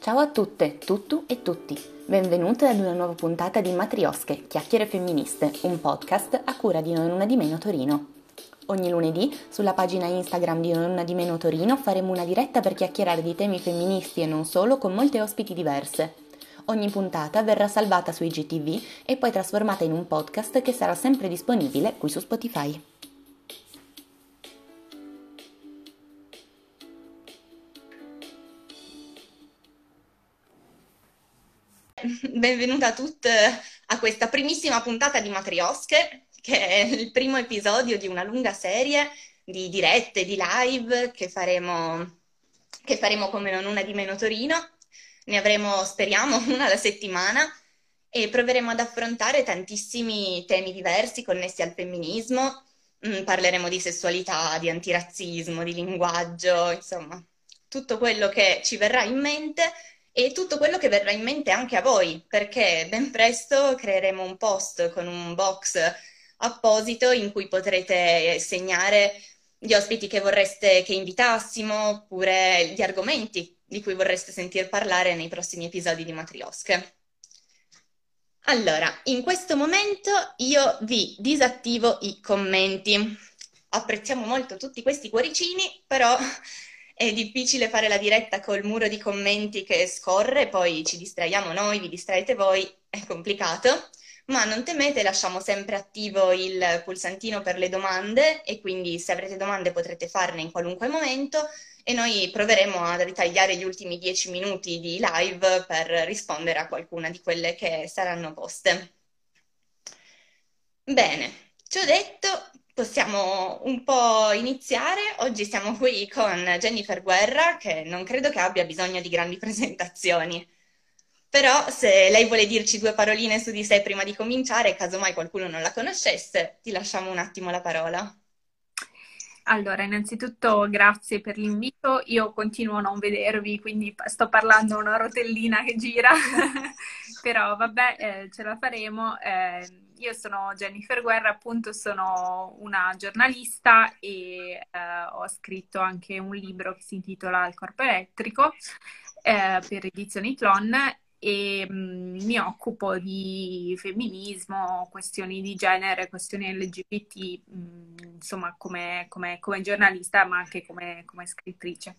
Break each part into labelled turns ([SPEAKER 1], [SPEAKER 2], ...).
[SPEAKER 1] Ciao a tutte, tuttu e tutti. Benvenute ad una nuova puntata di Matriosche, Chiacchiere Femministe, un podcast a cura di Non Una di Meno Torino. Ogni lunedì, sulla pagina Instagram di Non Una di Meno Torino, faremo una diretta per chiacchierare di temi femministi e non solo, con molte ospiti diverse. Ogni puntata verrà salvata su IGTV e poi trasformata in un podcast che sarà sempre disponibile qui su Spotify. Benvenuta a tutte a questa primissima puntata di Matriosche, che è il primo episodio di una lunga serie di dirette, di live che faremo come Non Una di Meno Torino. Ne avremo, speriamo, una alla settimana e proveremo ad affrontare tantissimi temi diversi connessi al femminismo. Parleremo di sessualità, di antirazzismo, di linguaggio, insomma, tutto quello che ci verrà in mente e tutto quello che verrà in mente anche a voi, perché ben presto creeremo un post con un box apposito in cui potrete segnare gli ospiti che vorreste che invitassimo, oppure gli argomenti di cui vorreste sentir parlare nei prossimi episodi di Matriosche. Allora, in questo momento io vi disattivo i commenti. Apprezziamo molto tutti questi cuoricini, però è difficile fare la diretta col muro di commenti che scorre, poi ci distraiamo noi, vi distraete voi, è complicato. Ma non temete, lasciamo sempre attivo il pulsantino per le domande e quindi se avrete domande potrete farne in qualunque momento e noi proveremo a ritagliare gli ultimi 10 minuti di live per rispondere a qualcuna di quelle che saranno poste. Bene, ciò detto, possiamo un po' iniziare. Oggi siamo qui con Jennifer Guerra, che non credo che abbia bisogno di grandi presentazioni. Però se lei vuole dirci due paroline su di sé prima di cominciare, casomai qualcuno non la conoscesse, ti lasciamo un attimo la parola.
[SPEAKER 2] Allora, innanzitutto grazie per l'invito. Io continuo a non vedervi, quindi sto parlando a una rotellina che gira, però vabbè, ce la faremo. Io sono Jennifer Guerra, appunto sono una giornalista e ho scritto anche un libro che si intitola Il corpo elettrico per Edizioni Tlon e mi occupo di femminismo, questioni di genere, questioni LGBT, insomma, come giornalista, ma anche come scrittrice.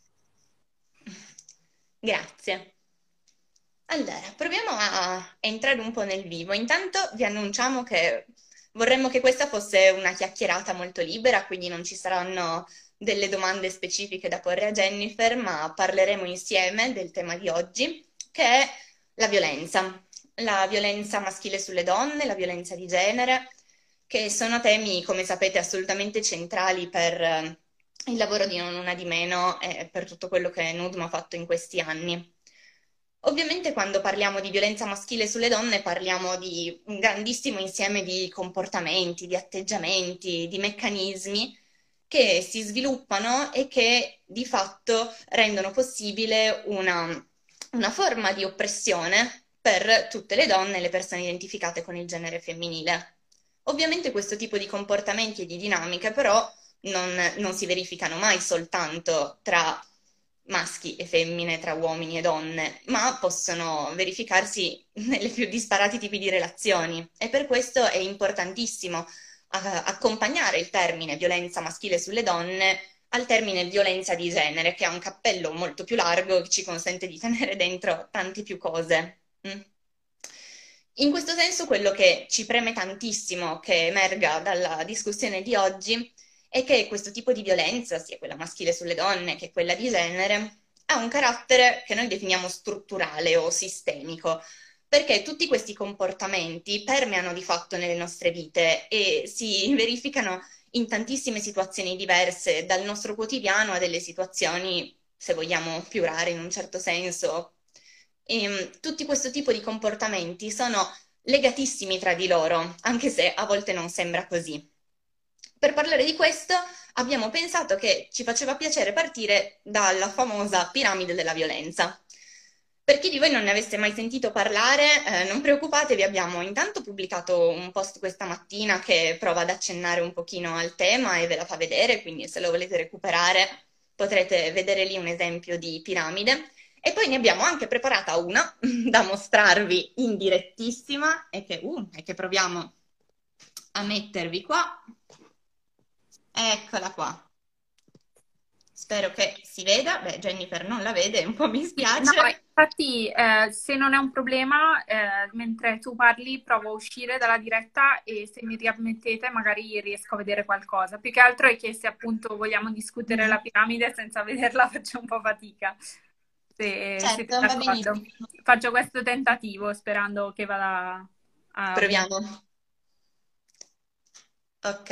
[SPEAKER 1] Grazie. Allora, proviamo a entrare un po' nel vivo. Intanto vi annunciamo che vorremmo che questa fosse una chiacchierata molto libera, quindi non ci saranno delle domande specifiche da porre a Jennifer, ma parleremo insieme del tema di oggi, che è la violenza maschile sulle donne, la violenza di genere, che sono temi, come sapete, assolutamente centrali per il lavoro di Non Una di Meno e per tutto quello che Nudma ha fatto in questi anni. Ovviamente quando parliamo di violenza maschile sulle donne parliamo di un grandissimo insieme di comportamenti, di atteggiamenti, di meccanismi che si sviluppano e che di fatto rendono possibile una forma di oppressione per tutte le donne e le persone identificate con il genere femminile. Ovviamente questo tipo di comportamenti e di dinamiche però non si verificano mai soltanto tra maschi e femmine, tra uomini e donne, ma possono verificarsi nelle più disparati tipi di relazioni e per questo è importantissimo accompagnare il termine violenza maschile sulle donne al termine violenza di genere, che ha un cappello molto più largo che ci consente di tenere dentro tante più cose. In questo senso, quello che ci preme tantissimo che emerga dalla discussione di oggi è che questo tipo di violenza, sia quella maschile sulle donne che quella di genere, ha un carattere che noi definiamo strutturale o sistemico, perché tutti questi comportamenti permeano di fatto nelle nostre vite e si verificano in tantissime situazioni diverse, dal nostro quotidiano a delle situazioni, se vogliamo, più rare in un certo senso. Tutti questo tipo di comportamenti sono legatissimi tra di loro, anche se a volte non sembra così. Per parlare di questo abbiamo pensato che ci faceva piacere partire dalla famosa piramide della violenza. Per chi di voi non ne avesse mai sentito parlare, non preoccupatevi, abbiamo intanto pubblicato un post questa mattina che prova ad accennare un pochino al tema e ve la fa vedere, quindi se lo volete recuperare potrete vedere lì un esempio di piramide. E poi ne abbiamo anche preparata una da mostrarvi in direttissima e che proviamo a mettervi qua. Eccola qua. Spero che si veda. Beh, Jennifer non la vede, un po' mi
[SPEAKER 2] Sì, no,
[SPEAKER 1] spiace.
[SPEAKER 2] infatti, se non è un problema, mentre tu parli, provo a uscire dalla diretta e se mi riammettete magari riesco a vedere qualcosa. Più che altro è che se appunto vogliamo discutere la
[SPEAKER 1] Mhm.
[SPEAKER 2] piramide senza vederla faccio un po' fatica, se siete
[SPEAKER 1] Certo, va
[SPEAKER 2] d'accordo.
[SPEAKER 1] benissimo.
[SPEAKER 2] Faccio questo tentativo sperando che vada a bene.
[SPEAKER 1] Proviamo. Ok.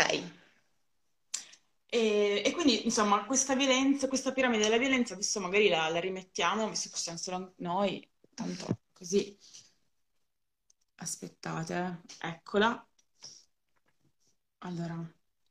[SPEAKER 3] E quindi, insomma, questa violenza, questa piramide della violenza, adesso magari la rimettiamo, visto che siamo solo noi, tanto così. Aspettate, eccola. Allora,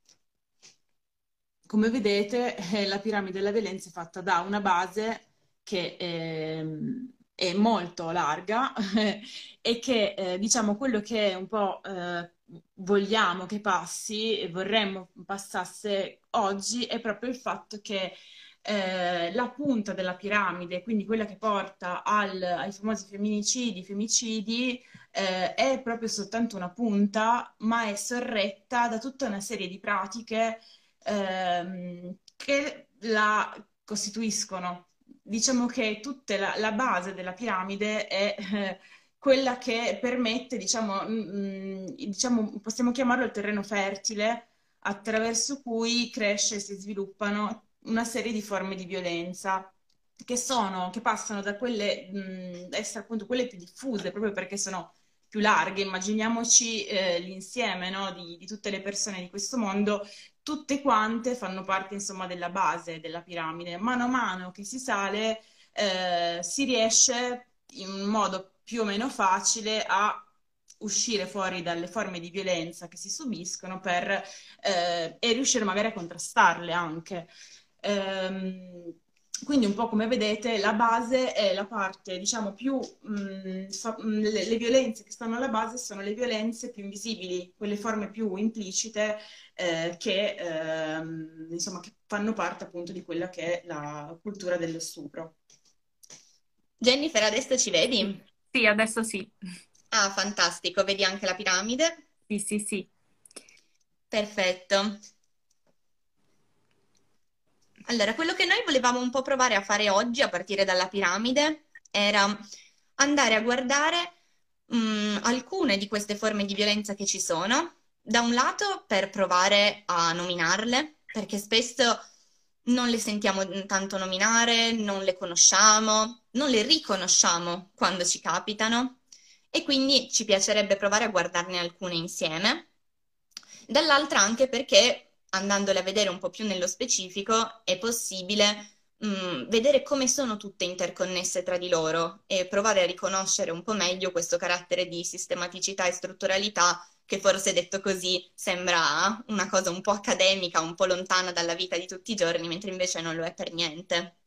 [SPEAKER 3] come vedete, la piramide della violenza è fatta da una base che è molto larga e che, diciamo, quello che un po' vogliamo che passi e vorremmo passasse oggi è proprio il fatto che la punta della piramide, quindi quella che porta ai famosi femicidi, è proprio soltanto una punta, ma è sorretta da tutta una serie di pratiche che la costituiscono. Diciamo che tutta la base della piramide è quella che permette, diciamo, possiamo chiamarlo il terreno fertile attraverso cui cresce e si sviluppano una serie di forme di violenza che passano da quelle, essere appunto quelle più diffuse, proprio perché sono più larghe. Immaginiamoci l'insieme, no, di tutte le persone di questo mondo, tutte quante fanno parte, insomma, della base della piramide. Mano a mano che si sale, si riesce in un modo più o meno facile a uscire fuori dalle forme di violenza che si subiscono e riuscire magari a contrastarle anche. Ehm, quindi un po' come vedete, la base è la parte, diciamo, le violenze che stanno alla base sono le violenze più invisibili, quelle forme più implicite insomma, che fanno parte appunto di quella che è la cultura dello stupro.
[SPEAKER 1] Jennifer, adesso ci
[SPEAKER 2] Sì,
[SPEAKER 1] vedi?
[SPEAKER 2] sì, adesso sì.
[SPEAKER 1] Ah, fantastico, vedi anche la piramide?
[SPEAKER 2] Sì, sì, sì.
[SPEAKER 1] Perfetto. Allora, quello che noi volevamo un po' provare a fare oggi, a partire dalla piramide, era andare a guardare alcune di queste forme di violenza che ci sono, da un lato per provare a nominarle, perché spesso non le sentiamo tanto nominare, non le conosciamo, non le riconosciamo quando ci capitano e quindi ci piacerebbe provare a guardarne alcune insieme. Dall'altra anche perché, andandole a vedere un po' più nello specifico, è possibile vedere come sono tutte interconnesse tra di loro e provare a riconoscere un po' meglio questo carattere di sistematicità e strutturalità che forse detto così sembra una cosa un po' accademica, un po' lontana dalla vita di tutti i giorni, mentre invece non lo è per niente.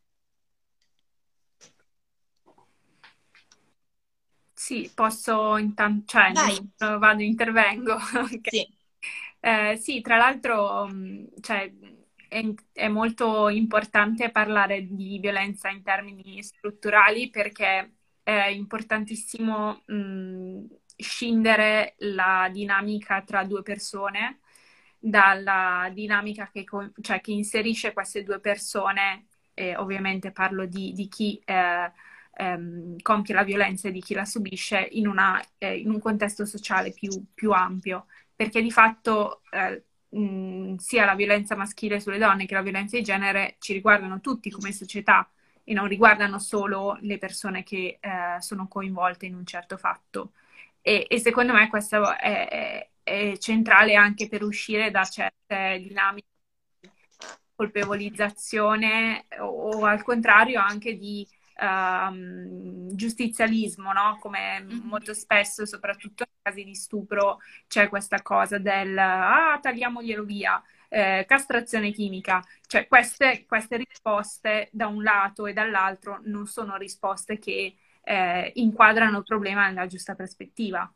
[SPEAKER 2] Sì, posso intanto, cioè, nel
[SPEAKER 1] Vai,
[SPEAKER 2] senso, vado, intervengo. Ok.
[SPEAKER 1] sì.
[SPEAKER 2] Sì, tra l'altro, cioè, è molto importante parlare di violenza in termini strutturali perché è importantissimo, scindere la dinamica tra due persone dalla dinamica cioè, che inserisce queste due persone, e ovviamente parlo di chi compie la violenza e di chi la subisce in un contesto sociale più ampio, perché di fatto sia la violenza maschile sulle donne che la violenza di genere ci riguardano tutti come società e non riguardano solo le persone che sono coinvolte in un certo fatto. E secondo me questo è centrale anche per uscire da certe dinamiche di colpevolizzazione o al contrario anche di giustizialismo, no? Come
[SPEAKER 1] Mhm.
[SPEAKER 2] molto spesso, soprattutto in casi di stupro, c'è questa cosa del tagliamoglielo via, castrazione chimica. Cioè queste risposte da un lato e dall'altro non sono risposte che inquadrano il problema nella giusta prospettiva.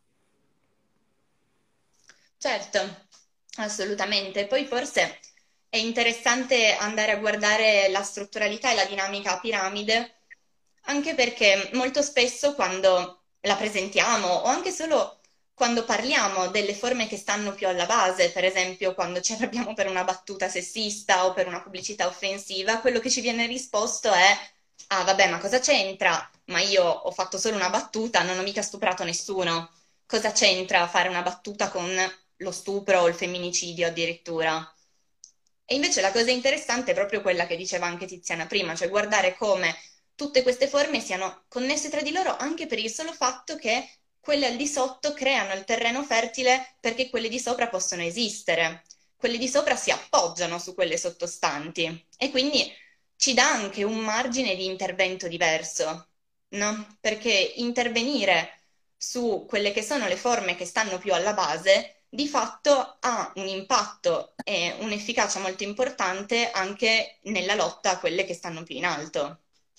[SPEAKER 1] Certo, assolutamente. Poi forse è interessante andare a guardare la strutturalità e la dinamica a piramide, Anche perché molto spesso quando la presentiamo o anche solo quando parliamo delle forme che stanno più alla base, per esempio quando ci arrabbiamo per una battuta sessista o per una pubblicità offensiva, quello che ci viene risposto è: ah, vabbè, ma cosa c'entra? Ma io ho fatto solo una battuta, non ho mica stuprato nessuno. Cosa c'entra fare una battuta con lo stupro o il femminicidio addirittura? E invece la cosa interessante è proprio quella che diceva anche Tiziana prima, cioè guardare come tutte queste forme siano connesse tra di loro anche per il solo fatto che quelle al di sotto creano il terreno fertile perché quelle di sopra possono esistere. Quelle di sopra si appoggiano su quelle sottostanti e quindi ci dà anche un margine di intervento diverso, no? Perché intervenire su quelle che sono le forme che stanno più alla base, di fatto ha un impatto e un'efficacia molto importante anche nella lotta a quelle che stanno più in alto.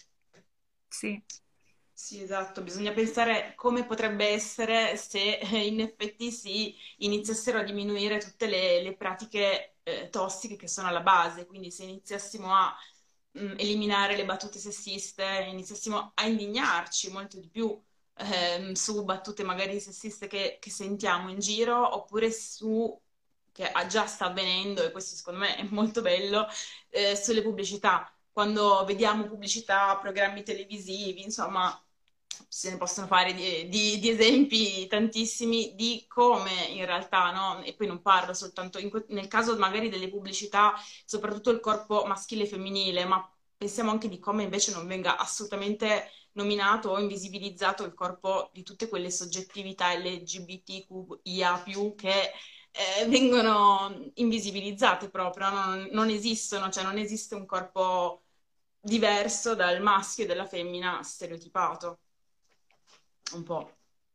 [SPEAKER 2] Sì.
[SPEAKER 3] Sì, esatto, bisogna pensare come potrebbe essere se in effetti si iniziassero a diminuire tutte le pratiche tossiche che sono alla base, quindi se iniziassimo a eliminare le battute sessiste, iniziassimo a indignarci molto di più su battute magari sessiste che sentiamo in giro, oppure su, che già sta avvenendo, e questo secondo me è molto bello, sulle pubblicità. Quando vediamo pubblicità, programmi televisivi, insomma, se ne possono fare di esempi tantissimi di come in realtà, no? E poi non parlo soltanto nel caso magari delle pubblicità, soprattutto il corpo maschile e femminile, ma pensiamo anche di come invece non venga assolutamente nominato o invisibilizzato il corpo di tutte quelle soggettività LGBTQIA+, che vengono invisibilizzate proprio, no? Non esistono, cioè non esiste un corpo diverso dal maschio e dalla femmina stereotipato, un po'.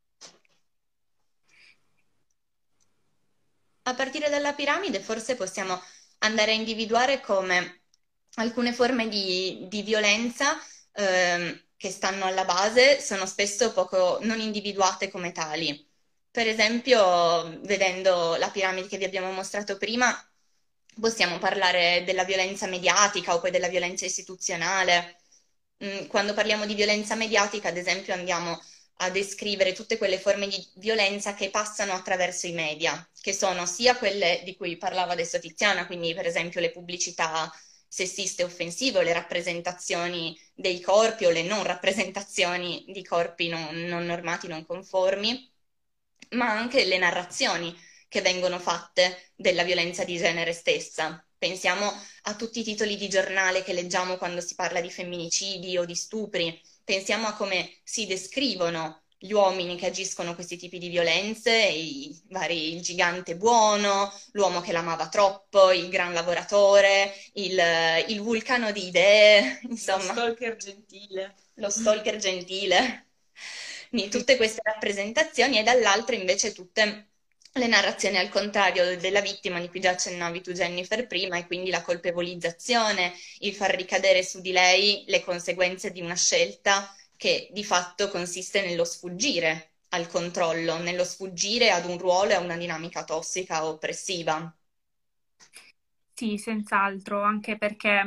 [SPEAKER 1] A partire dalla piramide forse possiamo andare a individuare come alcune forme di violenza che stanno alla base sono spesso poco non individuate come tali. Per esempio, vedendo la piramide che vi abbiamo mostrato prima, possiamo parlare della violenza mediatica o poi della violenza istituzionale. Quando parliamo di violenza mediatica, ad esempio, andiamo a descrivere tutte quelle forme di violenza che passano attraverso i media, che sono sia quelle di cui parlava adesso Tiziana, quindi per esempio le pubblicità sessiste e offensive, o le rappresentazioni dei corpi o le non rappresentazioni di corpi non normati, non conformi, ma anche le narrazioni che vengono fatte della violenza di genere stessa. Pensiamo a tutti i titoli di giornale che leggiamo quando si parla di femminicidi o di stupri. Pensiamo a come si descrivono gli uomini che agiscono questi tipi di violenze, il gigante buono, l'uomo che l'amava troppo, il gran lavoratore, il vulcano di idee, insomma.
[SPEAKER 3] Lo stalker gentile.
[SPEAKER 1] Lo stalker gentile. Quindi tutte queste rappresentazioni e dall'altro invece tutte le narrazioni al contrario della vittima di cui già accennavi tu Jennifer prima e quindi la colpevolizzazione, il far ricadere su di lei le conseguenze di una scelta che di fatto consiste nello sfuggire al controllo, nello sfuggire ad un ruolo e a una dinamica tossica o oppressiva.
[SPEAKER 2] Sì, senz'altro, anche perché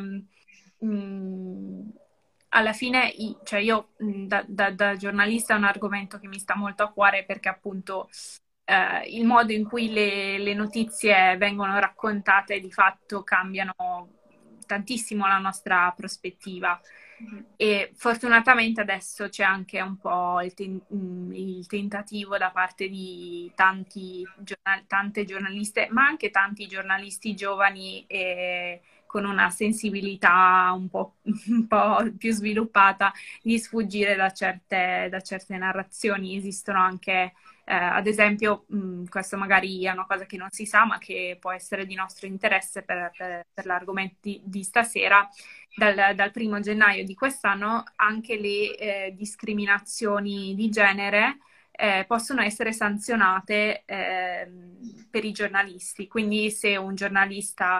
[SPEAKER 2] alla fine, cioè io da giornalista è un argomento che mi sta molto a cuore perché appunto il modo in cui le notizie vengono raccontate di fatto cambiano tantissimo la nostra prospettiva. E fortunatamente adesso c'è anche un po' il tentativo da parte di tante giornaliste, ma anche tanti giornalisti giovani e con una sensibilità un po' più sviluppata di sfuggire da certe narrazioni. Esistono anche ad esempio, questo magari è una cosa che non si sa, ma che può essere di nostro interesse per l'argomento di stasera. Dal 1° gennaio di quest'anno anche le discriminazioni di genere possono essere sanzionate per i giornalisti. Quindi se un giornalista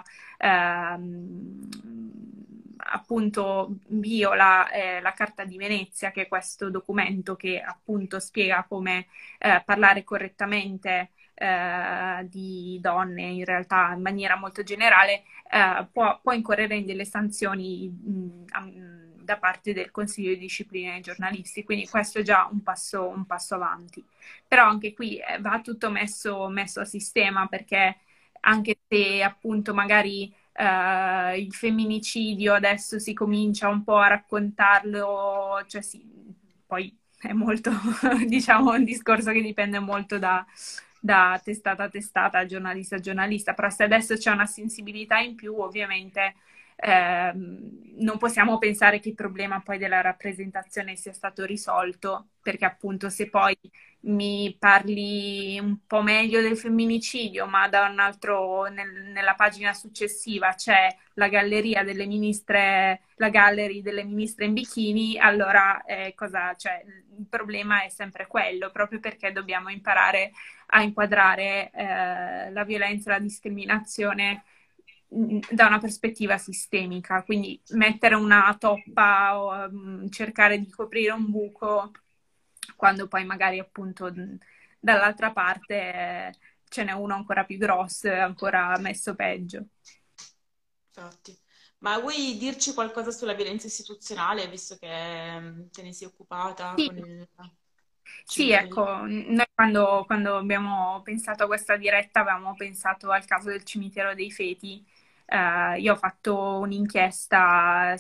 [SPEAKER 2] appunto viola la Carta di Venezia, che è questo documento che appunto spiega come parlare correttamente di donne in realtà in maniera molto generale, può incorrere in delle sanzioni da parte del Consiglio di Disciplina dei giornalisti, quindi questo è già un passo avanti. Però anche qui va tutto messo a sistema, perché anche se appunto magari il femminicidio adesso si comincia un po' a raccontarlo, cioè sì, poi è molto, diciamo, un discorso che dipende molto da testata a testata, giornalista a giornalista, però se adesso c'è una sensibilità in più, ovviamente non possiamo pensare che il problema poi della rappresentazione sia stato risolto, perché appunto se poi mi parli un po' meglio del femminicidio, ma da un altro, nella pagina successiva c'è la galleria delle ministre, la gallery delle ministre in bikini, allora cioè, il problema è sempre quello, proprio perché dobbiamo imparare a inquadrare la violenza e la discriminazione da una prospettiva sistemica, quindi mettere una toppa o cercare di coprire un buco quando poi magari appunto dall'altra parte ce n'è uno ancora più grosso e ancora messo peggio.
[SPEAKER 3] Infatti. Ma vuoi dirci qualcosa sulla violenza istituzionale, visto che te ne sei occupata
[SPEAKER 2] Sì,
[SPEAKER 3] con il
[SPEAKER 2] sì,
[SPEAKER 3] cimitero dei...
[SPEAKER 2] ecco, noi quando abbiamo pensato a questa diretta avevamo pensato al caso del cimitero dei feti. Io ho fatto un'inchiesta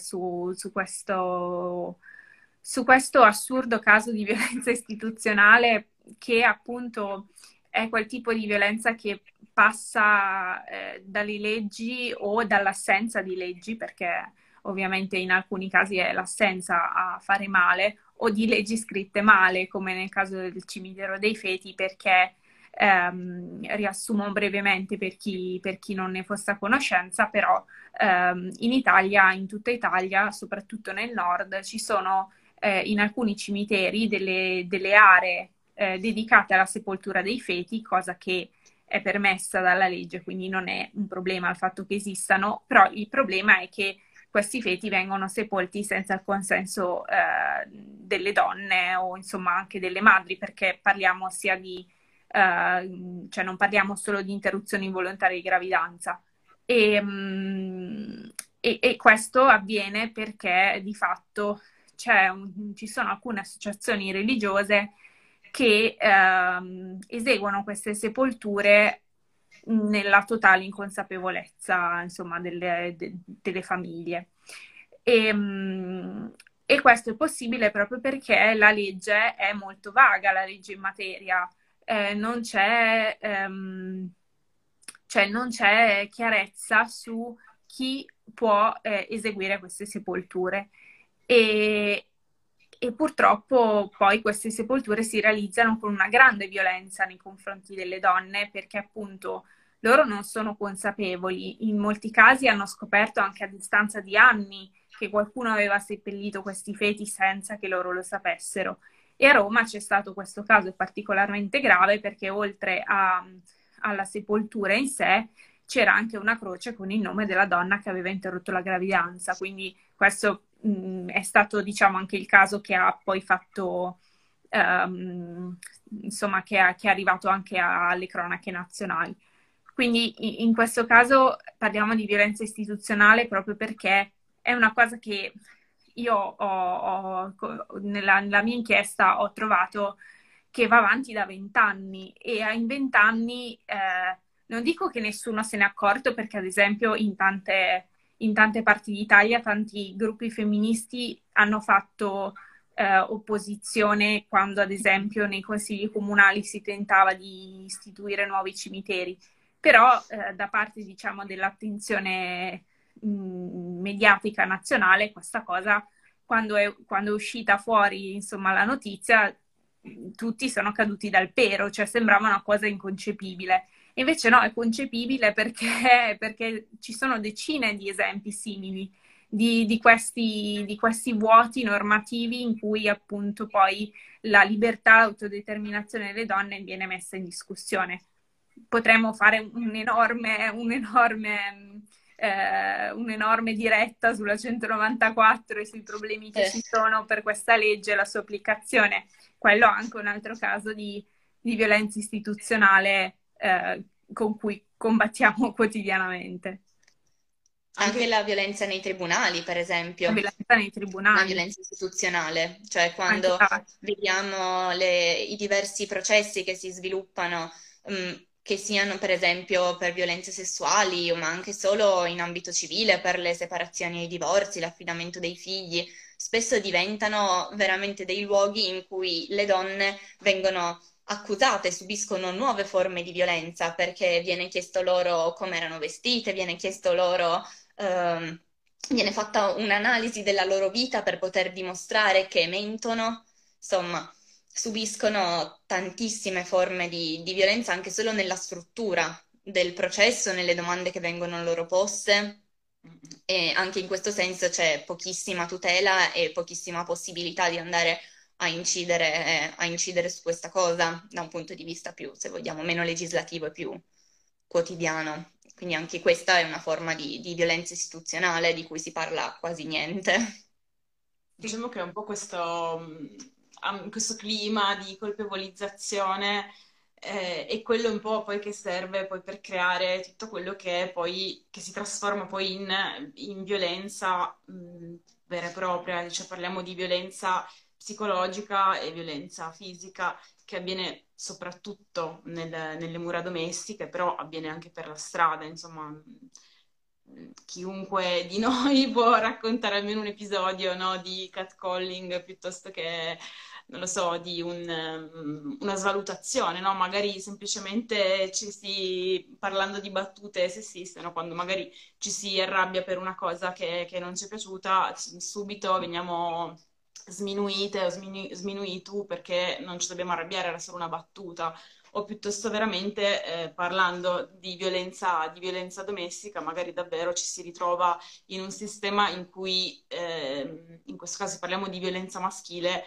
[SPEAKER 2] su questo assurdo caso di violenza istituzionale, che appunto è quel tipo di violenza che passa dalle leggi o dall'assenza di leggi, perché ovviamente in alcuni casi è l'assenza a fare male, o di leggi scritte male, come nel caso del cimitero dei feti, perché riassumo brevemente per chi non ne fosse a conoscenza, però in Italia, in tutta Italia, soprattutto nel nord, ci sono in alcuni cimiteri delle aree dedicate alla sepoltura dei feti, cosa che è permessa dalla legge, quindi non è un problema il fatto che esistano, però il problema è che questi feti vengono sepolti senza il consenso delle donne o insomma anche delle madri, perché parliamo sia di, cioè non parliamo solo di interruzioni involontarie di gravidanza. E, e questo avviene perché di fatto ci sono alcune associazioni religiose che eseguono queste sepolture nella totale inconsapevolezza, insomma, delle famiglie. E questo è possibile proprio perché la legge è molto vaga, la legge in materia. Non c'è, cioè non c'è chiarezza su chi può eseguire queste sepolture. E, e purtroppo poi queste sepolture si realizzano con una grande violenza nei confronti delle donne, perché appunto loro non sono consapevoli. In molti casi hanno scoperto anche a distanza di anni che qualcuno aveva seppellito questi feti senza che loro lo sapessero. E a Roma c'è stato questo caso particolarmente grave perché alla sepoltura in sé c'era anche una croce con il nome della donna che aveva interrotto la gravidanza. Quindi questo è stato, diciamo, anche il caso che ha poi fatto, insomma, che è arrivato anche alle cronache nazionali. Quindi in questo caso parliamo di violenza istituzionale proprio perché è una cosa che io nella mia inchiesta ho trovato che va avanti da 20 anni e in 20 anni non dico che nessuno se n'è accorto perché ad esempio in tante parti d'Italia tanti gruppi femministi hanno fatto opposizione quando ad esempio nei consigli comunali si tentava di istituire nuovi cimiteri, però da parte diciamo dell'attenzione mediatica nazionale questa cosa quando è uscita fuori insomma la notizia tutti sono caduti dal pero, cioè sembrava una cosa inconcepibile. Invece no, è concepibile perché ci sono decine di esempi simili di questi vuoti normativi in cui appunto poi la libertà, l'autodeterminazione delle donne viene messa in discussione. Potremmo fare un'enorme diretta sulla 194 e sui problemi che ci sono per questa legge e la sua applicazione. Quello è anche un altro caso di violenza istituzionale con cui combattiamo quotidianamente.
[SPEAKER 1] Anche
[SPEAKER 3] Anche
[SPEAKER 1] la violenza nei tribunali, per
[SPEAKER 2] La
[SPEAKER 1] esempio,
[SPEAKER 2] violenza nei
[SPEAKER 1] la
[SPEAKER 2] tribunali,
[SPEAKER 1] violenza istituzionale, cioè
[SPEAKER 2] anche
[SPEAKER 1] quando
[SPEAKER 2] la...
[SPEAKER 1] vediamo i diversi processi che si sviluppano, che siano per esempio per violenze sessuali, ma anche solo in ambito civile, per le separazioni e i divorzi, l'affidamento dei figli, spesso diventano veramente dei luoghi in cui le donne vengono accusate, subiscono nuove forme di violenza perché viene chiesto loro come erano vestite, viene chiesto loro, ehm, viene fatta un'analisi della loro vita per poter dimostrare che mentono, insomma, subiscono tantissime forme di violenza anche solo nella struttura del processo, nelle domande che vengono loro poste. E anche in questo senso c'è pochissima tutela e pochissima possibilità di andare a incidere su questa cosa da un punto di vista più, se vogliamo, meno legislativo e più quotidiano. Quindi anche questa è una forma di violenza istituzionale di cui si parla quasi niente.
[SPEAKER 2] Sì.
[SPEAKER 3] diciamo che è un po' questo clima di colpevolizzazione è quello un po' poi che serve poi per creare tutto quello che poi che si trasforma poi in violenza vera e propria, cioè parliamo di violenza psicologica e violenza fisica che avviene soprattutto nelle mura domestiche, però avviene anche per la strada, insomma. Chiunque di noi può raccontare almeno un episodio, no, di catcalling piuttosto che, non lo so, di una svalutazione, no? Magari semplicemente parlando di battute sessiste, no? Quando magari ci si arrabbia per una cosa che non ci è piaciuta, subito veniamo sminuite o sminuitu perché non ci dobbiamo arrabbiare, era solo una battuta o piuttosto veramente parlando di violenza domestica, magari davvero ci si ritrova in un sistema in cui, in questo caso parliamo di violenza maschile,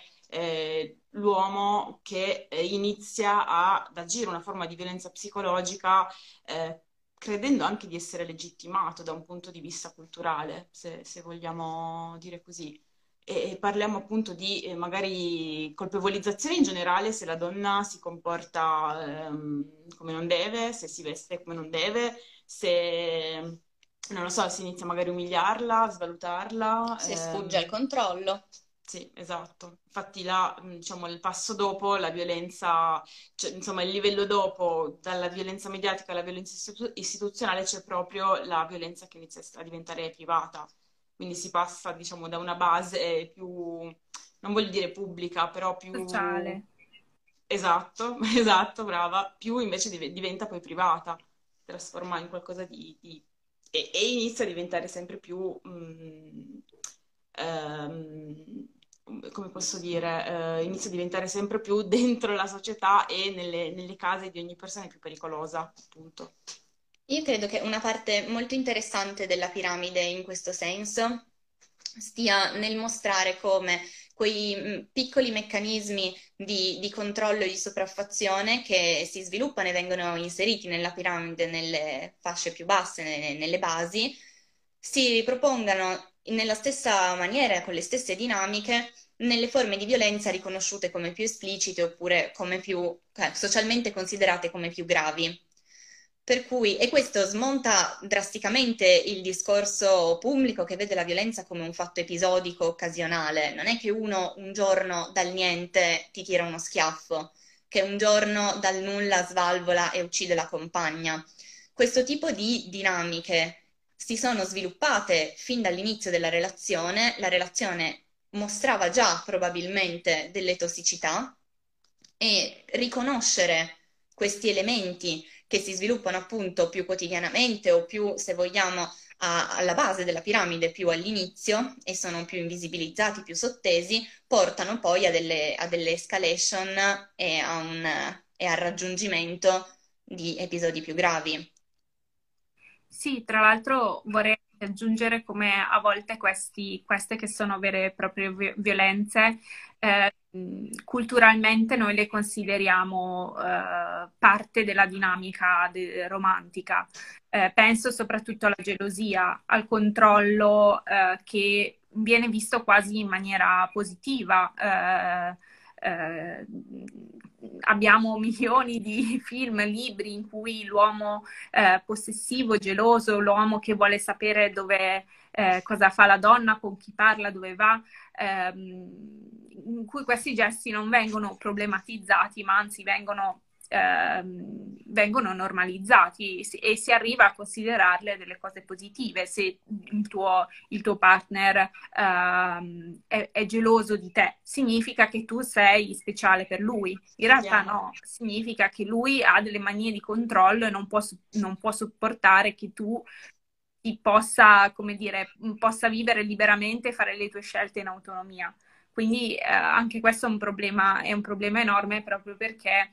[SPEAKER 3] l'uomo che inizia ad agire una forma di violenza psicologica, credendo anche di essere legittimato da un punto di vista culturale, se vogliamo dire così e parliamo appunto di magari colpevolizzazione in generale se la donna si comporta come non deve, se si veste come non deve, se non lo so, si inizia magari a umiliarla, a svalutarla.
[SPEAKER 1] Se sfugge al controllo.
[SPEAKER 3] Sì, esatto. Infatti là, diciamo, il passo dopo, la violenza, cioè, insomma, il livello dopo, dalla violenza mediatica alla violenza istituzionale, c'è proprio la violenza che inizia a diventare privata. Quindi si passa, diciamo, da una base più, non voglio dire pubblica, però più...
[SPEAKER 2] Sociale.
[SPEAKER 3] Esatto, esatto, brava. Più invece diventa poi privata, si trasforma in qualcosa e inizia a diventare sempre più... ehm, come posso dire, inizia a diventare sempre più dentro la società e nelle case di ogni persona è più pericolosa, appunto.
[SPEAKER 1] Io credo che una parte molto interessante della piramide in questo senso stia nel mostrare come quei piccoli meccanismi di controllo e di sopraffazione che si sviluppano e vengono inseriti nella piramide, nelle fasce più basse, nelle basi, si ripropongano nella stessa maniera, con le stesse dinamiche, nelle forme di violenza riconosciute come più esplicite oppure come più, socialmente considerate come più gravi. Per cui, e questo smonta drasticamente il discorso pubblico che vede la violenza come un fatto episodico, occasionale. Non è che uno un giorno dal niente ti tira uno schiaffo, che un giorno dal nulla svalvola e uccide la compagna. Questo tipo di dinamiche si sono sviluppate fin dall'inizio della relazione. La relazione mostrava già probabilmente delle tossicità e riconoscere questi elementi che si sviluppano appunto più quotidianamente o più, se vogliamo, alla base della piramide, più all'inizio e sono più invisibilizzati, più sottesi, portano poi a delle escalation e al raggiungimento di episodi più gravi.
[SPEAKER 2] Sì, tra l'altro vorrei aggiungere come a volte queste che sono vere e proprie violenze, culturalmente noi le consideriamo parte della dinamica romantica. Penso soprattutto alla gelosia, al controllo che viene visto quasi in maniera positiva abbiamo milioni di film, libri in cui l'uomo possessivo, geloso, l'uomo che vuole sapere dove, cosa fa la donna, con chi parla, dove va, in cui questi gesti non vengono problematizzati, ma anzi vengono normalizzati e si arriva a considerarle delle cose positive. Se il tuo partner è geloso di te, significa che tu sei speciale per lui. In realtà no, significa che lui ha delle manie di controllo e non può sopportare che tu ti possa, come dire, possa vivere liberamente e fare le tue scelte in autonomia. Quindi anche questo è un problema enorme, proprio perché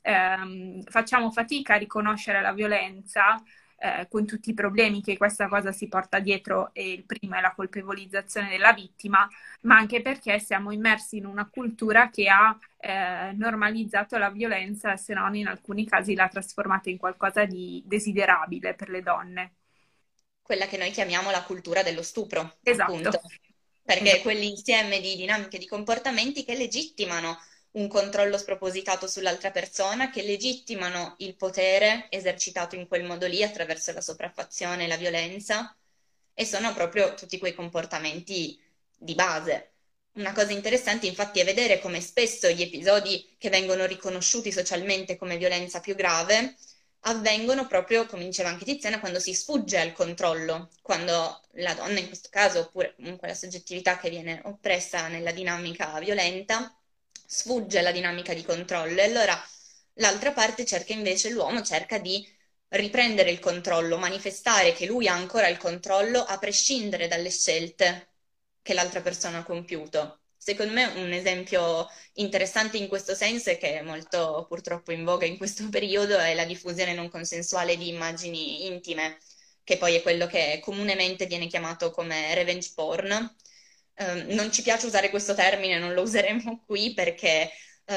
[SPEAKER 2] facciamo fatica a riconoscere la violenza con tutti i problemi che questa cosa si porta dietro, e il primo è la colpevolizzazione della vittima, ma anche perché siamo immersi in una cultura che ha normalizzato la violenza, se non in alcuni casi l'ha trasformata in qualcosa di desiderabile per le donne.
[SPEAKER 1] Quella che noi chiamiamo la cultura dello stupro,
[SPEAKER 2] Esatto.
[SPEAKER 1] appunto, perché quell'insieme di dinamiche, di comportamenti che legittimano un controllo spropositato sull'altra persona, che legittimano il potere esercitato in quel modo lì attraverso la sopraffazione e la violenza, e sono proprio tutti quei comportamenti di base. Una cosa interessante infatti è vedere come spesso gli episodi che vengono riconosciuti socialmente come violenza più grave avvengono proprio, come diceva anche Tiziana, quando si sfugge al controllo, quando la donna in questo caso, oppure comunque la soggettività che viene oppressa nella dinamica violenta, sfugge alla dinamica di controllo, e allora l'altra parte cerca invece, l'uomo cerca di riprendere il controllo, manifestare che lui ha ancora il controllo a prescindere dalle scelte che l'altra persona ha compiuto. Secondo me un esempio interessante in questo senso, e che è molto purtroppo in voga in questo periodo, è la diffusione non consensuale di immagini intime, che poi è quello che comunemente viene chiamato come revenge porn. Non ci piace usare questo termine, non lo useremo qui perché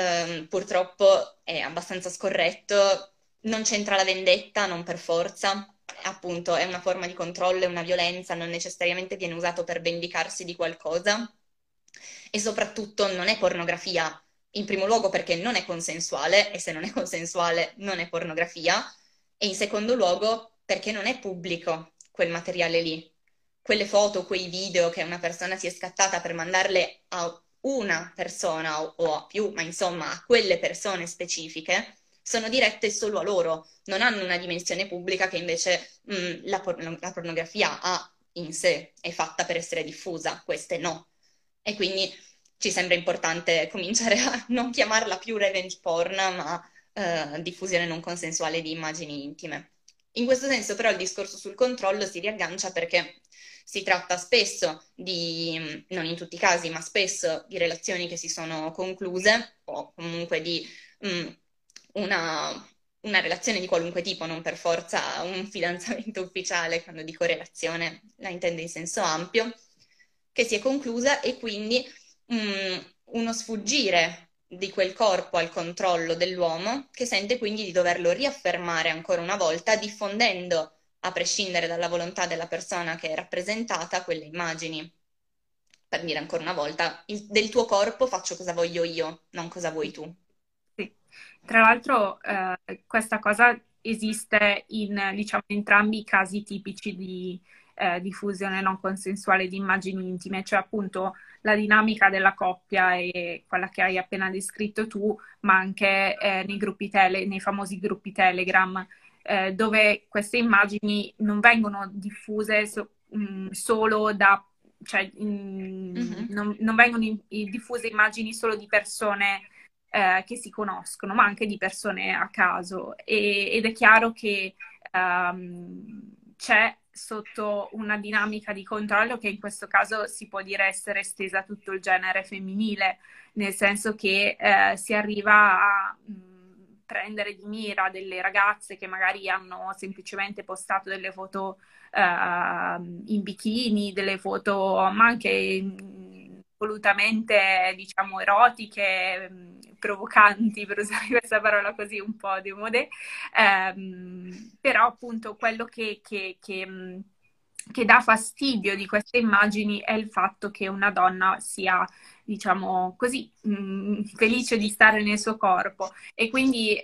[SPEAKER 1] purtroppo è abbastanza scorretto, non c'entra la vendetta, non per forza, appunto è una forma di controllo, è una violenza, non necessariamente viene usato per vendicarsi di qualcosa, e soprattutto non è pornografia, in primo luogo perché non è consensuale, e se non è consensuale non è pornografia, e in secondo luogo perché non è pubblico quel materiale lì. Quelle foto, quei video che una persona si è scattata per mandarle a una persona o a più, ma insomma a quelle persone specifiche, sono dirette solo a loro, non hanno una dimensione pubblica che invece la pornografia ha in sé, è fatta per essere diffusa, queste no. E quindi ci sembra importante cominciare a non chiamarla più revenge porn, ma diffusione non consensuale di immagini intime. In questo senso però il discorso sul controllo si riaggancia perché si tratta spesso di, non in tutti i casi, ma spesso di relazioni che si sono concluse, o comunque di mh, una relazione di qualunque tipo, non per forza un fidanzamento ufficiale. Quando dico relazione la intendo in senso ampio, che si è conclusa, e quindi uno sfuggire di quel corpo al controllo dell'uomo, che sente quindi di doverlo riaffermare ancora una volta, diffondendo, a prescindere dalla volontà della persona che è rappresentata, quelle immagini. Per dire ancora una volta, del tuo corpo faccio cosa voglio io, non cosa vuoi tu.
[SPEAKER 2] Sì. Tra l'altro, questa cosa esiste in, diciamo, entrambi i casi tipici di diffusione non consensuale di immagini intime, cioè appunto la dinamica della coppia e quella che hai appena descritto tu, ma anche nei famosi gruppi Telegram, dove queste immagini non vengono diffuse solo da, cioè non vengono diffuse immagini solo di persone che si conoscono, ma anche di persone a caso. Ed è chiaro che c'è sotto una dinamica di controllo che in questo caso si può dire essere estesa a tutto il genere femminile, nel senso che si arriva a prendere di mira delle ragazze che magari hanno semplicemente postato delle foto in bikini, delle foto ma anche volutamente, diciamo, erotiche, provocanti, per usare questa parola così un po' démodé, però appunto quello che che dà fastidio di queste immagini è il fatto che una donna sia, diciamo così, felice di stare nel suo corpo e quindi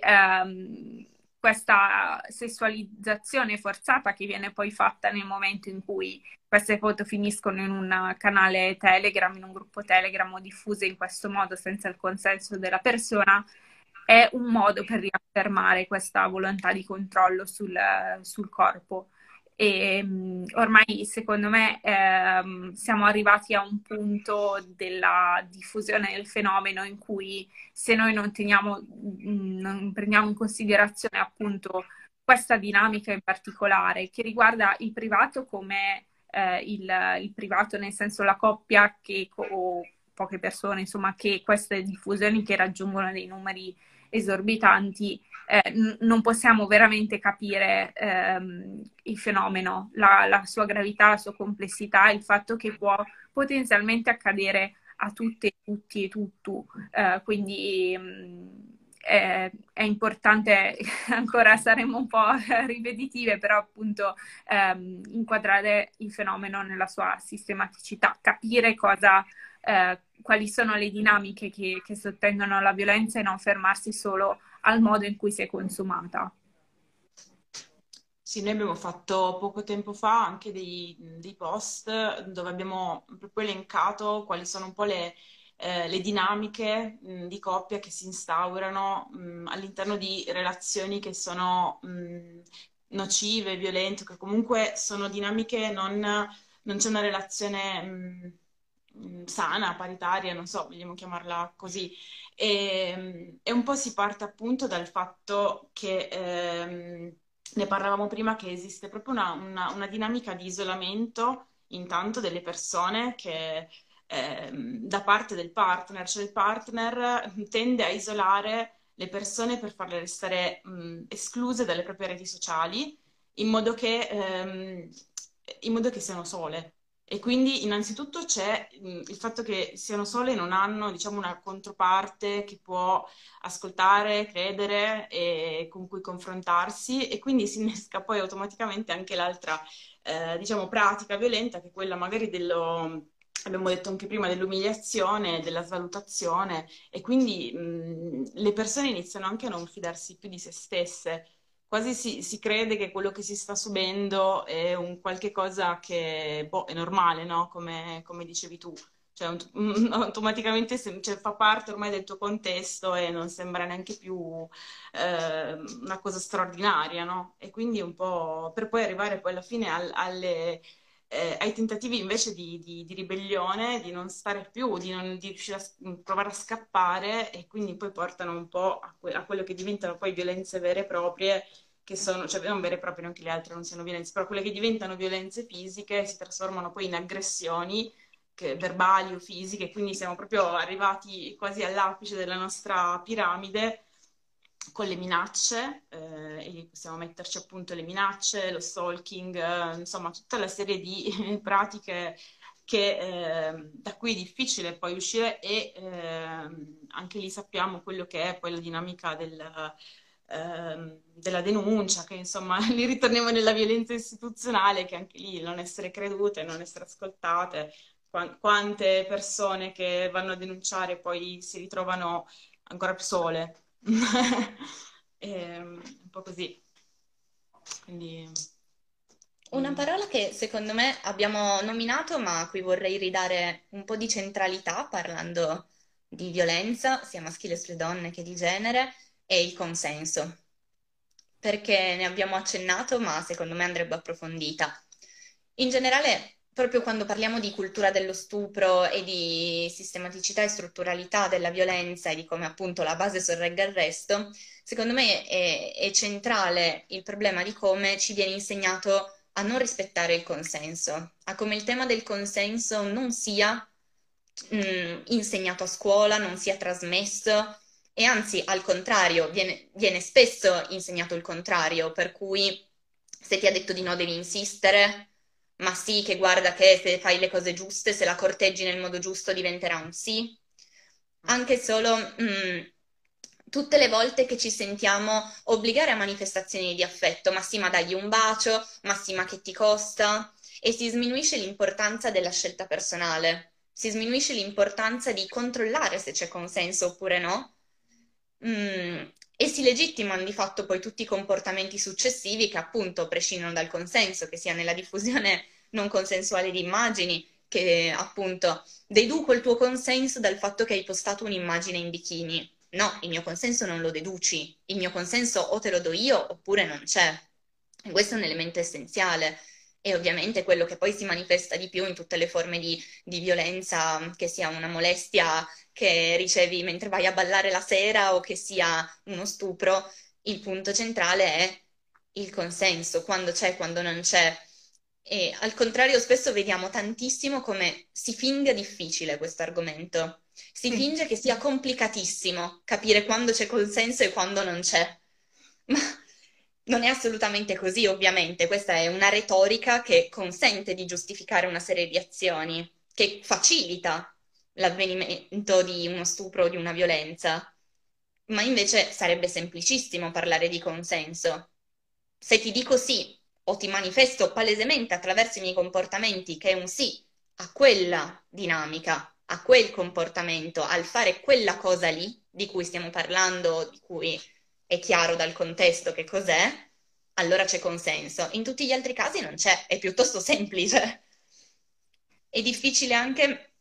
[SPEAKER 2] questa sessualizzazione forzata che viene poi fatta nel momento in cui queste foto finiscono in un canale Telegram, in un gruppo Telegram o diffuse in questo modo senza il consenso della persona, è un modo per riaffermare questa volontà di controllo sul corpo. E ormai, secondo me, siamo arrivati a un punto della diffusione del fenomeno in cui se noi non prendiamo in considerazione appunto questa dinamica in particolare che riguarda il privato come il privato, nel senso la coppia o poche persone, insomma, che queste diffusioni che raggiungono dei numeri esorbitanti, non possiamo veramente capire il fenomeno, la sua gravità, la sua complessità, il fatto che può potenzialmente accadere a tutte, tutti e tutto. Quindi è importante, ancora saremo un po' ripetitive, però appunto inquadrare il fenomeno nella sua sistematicità, capire quali sono le dinamiche che sottendono la violenza e non fermarsi solo al modo in cui si è consumata.
[SPEAKER 3] Sì, noi abbiamo fatto poco tempo fa anche dei post dove abbiamo proprio elencato quali sono un po' le dinamiche di coppia che si instaurano all'interno di relazioni che sono nocive, violente, che comunque sono dinamiche, non c'è una relazione sana, paritaria, non so, vogliamo chiamarla così. E un po' si parte appunto dal fatto che ne parlavamo prima, che esiste proprio una dinamica di isolamento intanto delle persone che da parte del partner, cioè il partner tende a isolare le persone per farle restare escluse dalle proprie reti sociali in modo che siano sole. E quindi innanzitutto c'è il fatto che siano sole e non hanno, diciamo, una controparte che può ascoltare, credere e con cui confrontarsi e quindi si innesca poi automaticamente anche l'altra, diciamo, pratica violenta che è quella magari abbiamo detto anche prima, dell'umiliazione, della svalutazione e quindi le persone iniziano anche a non fidarsi più di se stesse. Quasi si crede che quello che si sta subendo è un qualche cosa che boh, è normale, no? Come dicevi tu. Cioè, automaticamente cioè, fa parte ormai del tuo contesto e non sembra neanche più una cosa straordinaria, no? E quindi un po' per poi arrivare poi alla fine ai tentativi invece di ribellione, di non stare più, di riuscire a provare a scappare e quindi poi portano un po' a quello che diventano poi violenze vere e proprie che sono, cioè non vere e proprie, non che le altre non siano violenze, però quelle che diventano violenze fisiche si trasformano poi in aggressioni verbali o fisiche, quindi siamo proprio arrivati quasi all'apice della nostra piramide con le minacce, e lì possiamo metterci appunto le minacce, lo stalking, insomma tutta la serie di pratiche da cui è difficile poi uscire e anche lì sappiamo quello che è poi la dinamica della denuncia, che insomma lì ritorniamo nella violenza istituzionale, che anche lì non essere credute, non essere ascoltate, quante persone che vanno a denunciare poi si ritrovano ancora più sole. Un po' così. Quindi...
[SPEAKER 1] Una parola che secondo me abbiamo nominato, ma a cui vorrei ridare un po' di centralità parlando di violenza, sia maschile sulle donne che di genere, è il consenso. Perché ne abbiamo accennato, ma secondo me andrebbe approfondita. In generale, proprio quando parliamo di cultura dello stupro e di sistematicità e strutturalità della violenza e di come appunto la base sorregga il resto, secondo me è centrale il problema di come ci viene insegnato a non rispettare il consenso, a come il tema del consenso non sia insegnato a scuola, non sia trasmesso e anzi al contrario, viene spesso insegnato il contrario, per cui se ti ha detto di no devi insistere, ma sì che guarda che se fai le cose giuste, se la corteggi nel modo giusto diventerà un sì. Anche solo tutte le volte che ci sentiamo obbligare a manifestazioni di affetto, ma sì, ma dagli un bacio, ma sì, ma che ti costa? e si sminuisce l'importanza della scelta personale, si sminuisce l'importanza di controllare se c'è consenso oppure no. E si legittimano di fatto poi tutti i comportamenti successivi che appunto prescindono dal consenso, che sia nella diffusione non consensuale di immagini, che appunto deduco il tuo consenso dal fatto che hai postato un'immagine in bikini. No, il mio consenso non lo deduci, il mio consenso o te lo do io oppure non c'è. E questo è un elemento essenziale. E ovviamente quello che poi si manifesta di più in tutte le forme di violenza, che sia una molestia che ricevi mentre vai a ballare la sera o che sia uno stupro, il punto centrale è il consenso, quando c'è, quando non c'è. E al contrario, spesso vediamo tantissimo come si finga difficile questo argomento. Si
[SPEAKER 3] Sì.
[SPEAKER 1] finge che sia complicatissimo capire quando c'è consenso e quando non c'è. Ma non è assolutamente così, ovviamente. Questa è una retorica che consente di giustificare una serie di azioni, che facilita l'avvenimento di uno stupro o di una violenza. Ma invece sarebbe semplicissimo parlare di consenso. Se ti dico sì o ti manifesto palesemente attraverso i miei comportamenti che è un sì a quella dinamica, a quel comportamento, al fare quella cosa lì di cui stiamo parlando, di cui è chiaro dal contesto che cos'è, allora c'è consenso. In tutti gli altri casi non c'è, è piuttosto semplice. È difficile anche,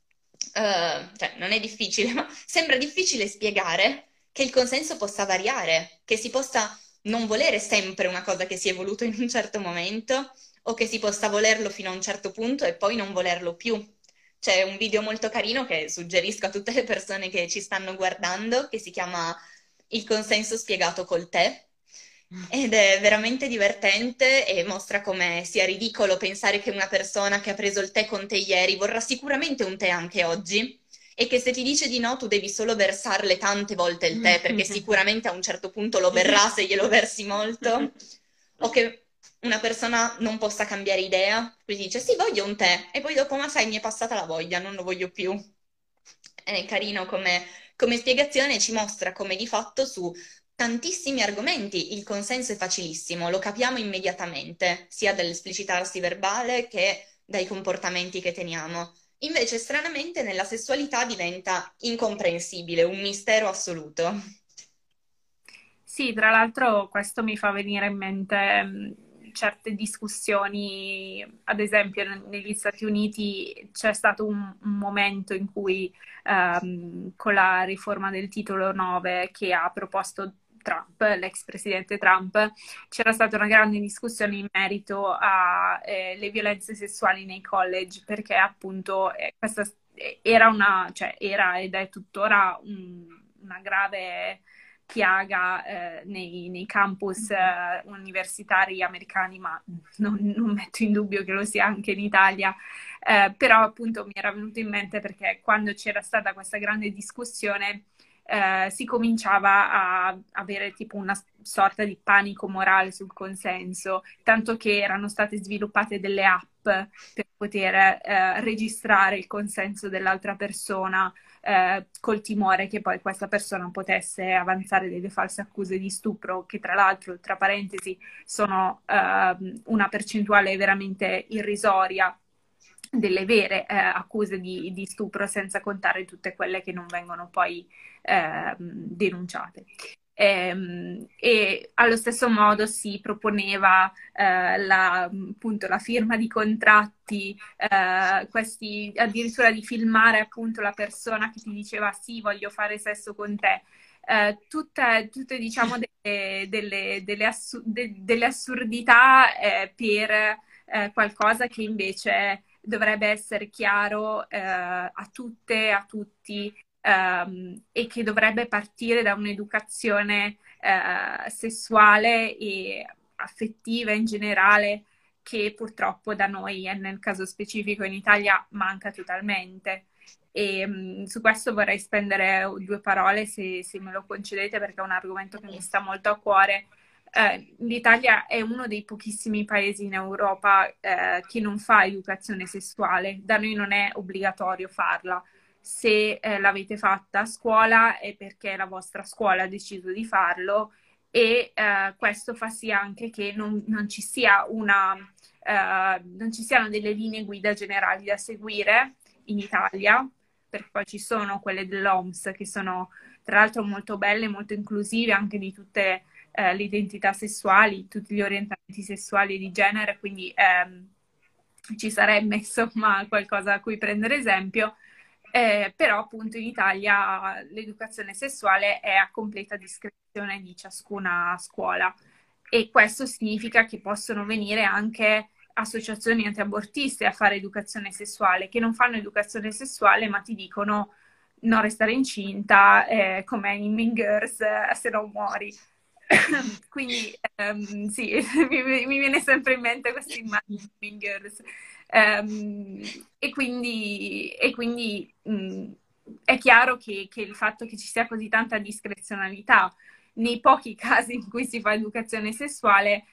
[SPEAKER 1] cioè non è difficile, ma sembra difficile spiegare che il consenso possa variare, che si possa non volere sempre una cosa che si è voluto in un certo momento o che si possa volerlo fino a un certo punto e poi non volerlo più. C'è un video molto carino che suggerisco a tutte le persone che ci stanno guardando, che si chiama Il consenso spiegato col tè. Ed è veramente divertente e mostra come sia ridicolo pensare che una persona che ha preso il tè con te ieri vorrà sicuramente un tè anche oggi e che se ti dice di no tu devi solo versarle tante volte il tè perché sicuramente a un certo punto lo berrà se glielo versi molto, o che una persona non possa cambiare idea, quindi dice sì, voglio un tè e poi dopo ma sai mi è passata la voglia, non lo voglio più. È carino come spiegazione, ci mostra come di fatto su tantissimi argomenti il consenso è facilissimo, lo capiamo immediatamente, sia dall'esplicitarsi verbale che dai comportamenti che teniamo. Invece, stranamente, nella sessualità diventa incomprensibile, un mistero assoluto.
[SPEAKER 2] Sì, tra l'altro questo mi fa venire in mente certe discussioni, ad esempio negli Stati Uniti c'è stato un momento in cui con la riforma del titolo 9 che ha proposto Trump, l'ex presidente Trump, c'era stata una grande discussione in merito alle violenze sessuali nei college, perché appunto questa era cioè era ed è tuttora una grave piaga nei campus universitari americani, ma non metto in dubbio che lo sia anche in Italia. Però appunto mi era venuto in mente perché quando c'era stata questa grande discussione si cominciava a avere tipo una sorta di panico morale sul consenso, tanto che erano state sviluppate delle app per poter registrare il consenso dell'altra persona, col timore che poi questa persona potesse avanzare delle false accuse di stupro, che tra l'altro, tra parentesi, sono una percentuale veramente irrisoria delle vere accuse di stupro, senza contare tutte quelle che non vengono poi denunciate. E allo stesso modo si proponeva appunto la firma di contratti, addirittura di filmare appunto la persona che ti diceva sì, voglio fare sesso con te. Tutte diciamo delle assurdità per qualcosa che invece dovrebbe essere chiaro a tutte, a tutti, e che dovrebbe partire da un'educazione sessuale e affettiva in generale, che purtroppo da noi, e nel caso specifico in Italia, manca totalmente. E su questo vorrei spendere due parole, se me lo concedete, perché è un argomento che mi sta molto a cuore. L'Italia è uno dei pochissimi paesi in Europa che non fa educazione sessuale. Da noi non è obbligatorio farla. Se l'avete fatta a scuola è perché la vostra scuola ha deciso di farlo, e questo fa sì anche che non ci sia una non ci siano delle linee guida generali da seguire in Italia, perché poi ci sono quelle dell'OMS che sono tra l'altro molto belle, molto inclusive anche di tutte le identità sessuali, tutti gli orientamenti sessuali e di genere, quindi ci sarebbe insomma qualcosa a cui prendere esempio. Però appunto in Italia l'educazione sessuale è a completa discrezione di ciascuna scuola e questo significa che possono venire anche associazioni antiabortiste a fare educazione sessuale, che non fanno educazione sessuale ma ti dicono non restare incinta, come in Mean Girls, se non muori. Quindi sì, mi viene sempre in mente questa immagine di Mean Girls. E quindi è chiaro che il fatto che ci sia così tanta discrezionalità nei pochi casi in cui si fa educazione sessuale,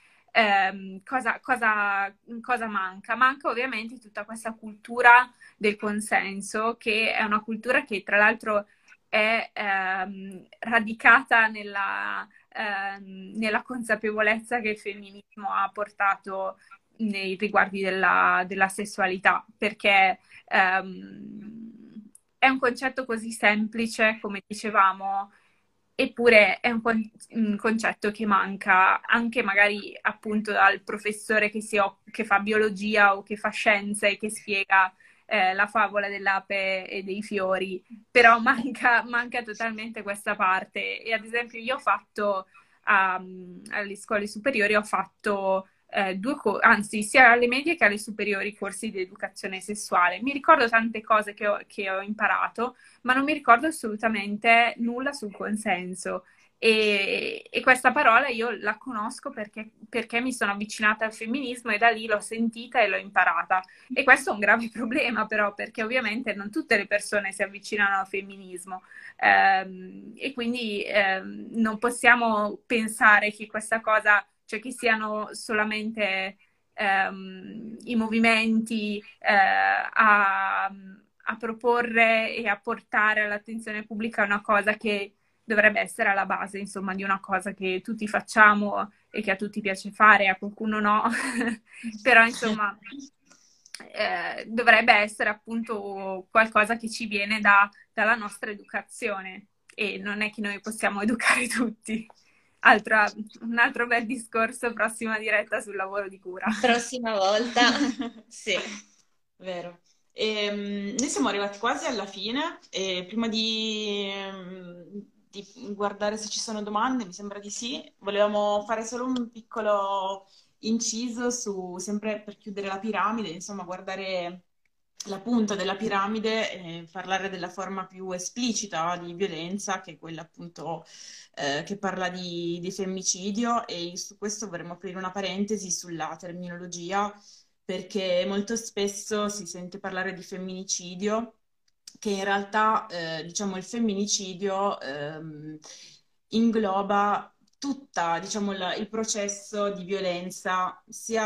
[SPEAKER 2] cosa manca? Manca ovviamente tutta questa cultura del consenso, che è una cultura che tra l'altro è radicata nella consapevolezza che il femminismo ha portato nei riguardi della sessualità, perché è un concetto così semplice, come dicevamo, eppure è un concetto che manca anche magari appunto dal professore che fa biologia o che fa scienze e che spiega la favola dell'ape e dei fiori, però manca totalmente questa parte. E ad esempio io ho fatto alle scuole superiori ho fatto anzi, sia alle medie che alle superiori corsi di educazione sessuale. Mi ricordo tante cose che ho imparato, ma non mi ricordo assolutamente nulla sul consenso. E questa parola io la conosco perché mi sono avvicinata al femminismo e da lì l'ho sentita e l'ho imparata. E questo è un grave problema però, perché ovviamente non tutte le persone si avvicinano al femminismo. E quindi non possiamo pensare che questa cosa, cioè che siano solamente i movimenti a proporre e a portare all'attenzione pubblica una cosa che dovrebbe essere alla base, insomma, di una cosa che tutti facciamo e che a tutti piace fare, a qualcuno no, però insomma dovrebbe essere appunto qualcosa che ci viene dalla nostra educazione e non è che noi possiamo educare tutti. Un altro bel discorso, prossima diretta sul lavoro di cura.
[SPEAKER 1] Prossima volta, sì.
[SPEAKER 3] Vero. Noi siamo arrivati quasi alla fine e prima di guardare se ci sono domande, mi sembra di sì, volevamo fare solo un piccolo inciso sempre per chiudere la piramide, insomma, guardare la punta della piramide e parlare della forma più esplicita di violenza, che è quella appunto che parla di femminicidio, e su questo vorremmo aprire una parentesi sulla terminologia, perché molto spesso si sente parlare di femminicidio, che in realtà, diciamo, il femminicidio ingloba tutta, diciamo, il processo di violenza,